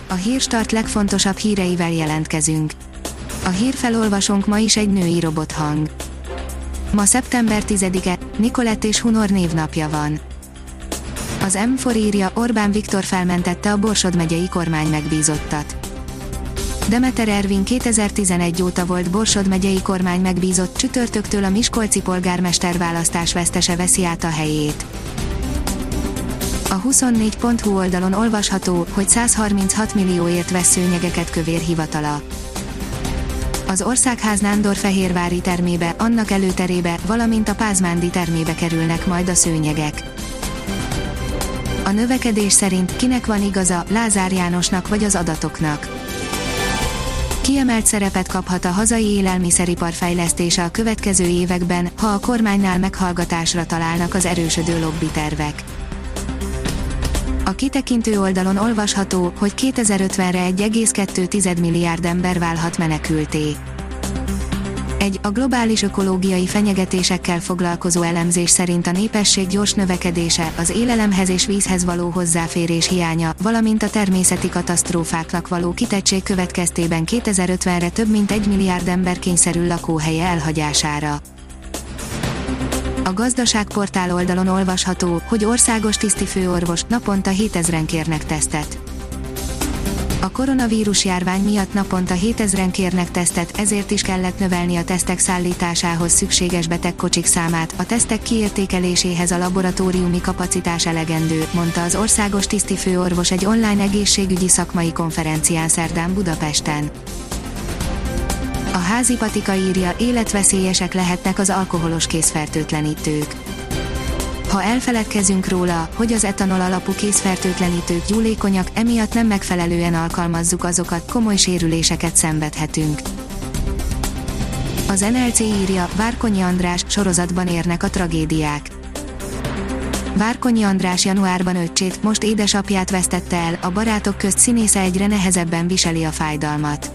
A Hírstart legfontosabb híreivel jelentkezünk. A hírfelolvasónk ma is egy női robothang. Ma szeptember 10-e, Nikolett és Hunor névnapja van. Az M4 írja, Orbán Viktor felmentette a Borsod megyei kormány megbízottat. Demeter Ervin 2011 óta volt Borsod megyei kormány megbízott, csütörtöktől a miskolci polgármester választás vesztese veszi át a helyét. A 24.hu oldalon olvasható, hogy 136 millióért vesz szőnyegeket Kövér hivatala. Az Országház Nándorfehérvári termébe, annak előterébe, valamint a Pázmándi termébe kerülnek majd a szőnyegek. A növekedés szerint kinek van igaza, Lázár Jánosnak vagy az adatoknak? Kiemelt szerepet kaphat a hazai élelmiszeripar fejlesztése a következő években, ha a kormánynál meghallgatásra találnak az erősödő lobbitervek. A kitekintő oldalon olvasható, hogy 2050-re 1,2 milliárd ember válhat menekültté. A globális ökológiai fenyegetésekkel foglalkozó elemzés szerint a népesség gyors növekedése, az élelemhez és vízhez való hozzáférés hiánya, valamint a természeti katasztrófáknak való kitettség következtében 2050-re több mint 1 milliárd ember kényszerül lakóhelye elhagyására. A gazdaságportál oldalon olvasható, hogy országos tisztifőorvos, naponta 7000-en kérnek tesztet. A koronavírus járvány miatt naponta 7000-en kérnek tesztet, ezért is kellett növelni a tesztek szállításához szükséges betegkocsik számát, a tesztek kiértékeléséhez a laboratóriumi kapacitás elegendő, mondta az országos tisztifőorvos egy online egészségügyi szakmai konferencián szerdán Budapesten. A Házi Patika írja, életveszélyesek lehetnek az alkoholos kézfertőtlenítők. Ha elfeledkezünk róla, hogy az etanol alapú kézfertőtlenítők gyúlékonyak, emiatt nem megfelelően alkalmazzuk azokat, komoly sérüléseket szenvedhetünk. Az NLC írja, Várkonyi András, sorozatban érnek a tragédiák. Várkonyi András januárban öccsét, most édesapját vesztette el, a barátok közt színésze egyre nehezebben viseli a fájdalmat.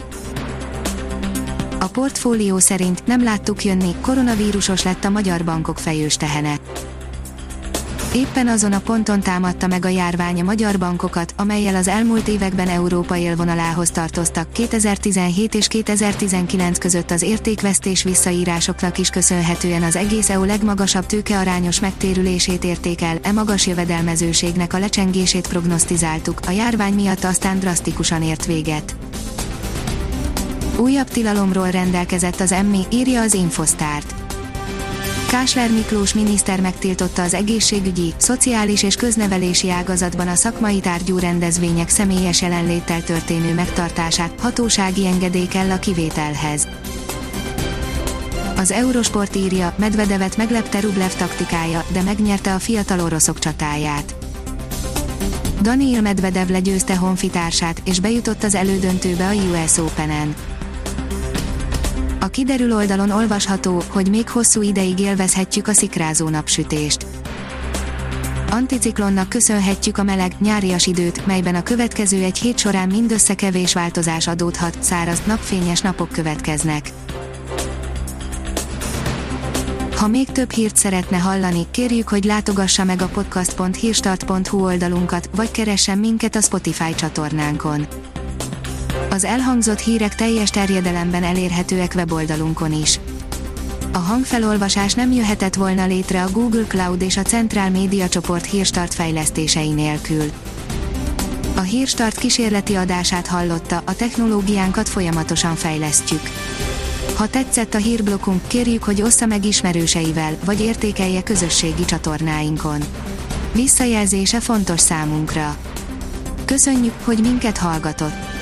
A Portfólió szerint nem láttuk jönni, koronavírusos lett a magyar bankok fejős tehene. Éppen azon a ponton támadta meg a járvány a magyar bankokat, amellyel az elmúlt években Európa élvonalához tartoztak. 2017 és 2019 között az értékvesztés visszaírásoknak is köszönhetően az egész EU legmagasabb tőkearányos megtérülését érték el, magas jövedelmezőségnek a lecsengését prognosztizáltuk, a járvány miatt aztán drasztikusan ért véget. Újabb tilalomról rendelkezett az MI, írja az Infosztárt. Kásler Miklós miniszter megtiltotta az egészségügyi, szociális és köznevelési ágazatban a szakmai tárgyú rendezvények személyes jelenléttel történő megtartását, hatósági engedély kell a kivételhez. Az Eurosport írja, Medvedevet meglepte Rublev taktikája, de megnyerte a fiatal oroszok csatáját. Daniil Medvedev legyőzte honfitársát, és bejutott az elődöntőbe a US Openen. A kiderül oldalon olvasható, hogy még hosszú ideig élvezhetjük a szikrázó napsütést. Anticiklonnak köszönhetjük a meleg, nyárias időt, melyben a következő egy hét során mindössze kevés változás adódhat, száraz, napfényes napok következnek. Ha még több hírt szeretne hallani, kérjük, hogy látogassa meg a podcast.hírstart.hu oldalunkat, vagy keressen minket a Spotify csatornánkon. Az elhangzott hírek teljes terjedelemben elérhetőek weboldalunkon is. A hangfelolvasás nem jöhetett volna létre a Google Cloud és a Centrál Média Csoport Hírstart fejlesztései nélkül. A Hírstart kísérleti adását hallotta, a technológiánkat folyamatosan fejlesztjük. Ha tetszett a hírblokkunk, kérjük, hogy ossza meg ismerőseivel, vagy értékelje közösségi csatornáinkon. Visszajelzése fontos számunkra. Köszönjük, hogy minket hallgatott!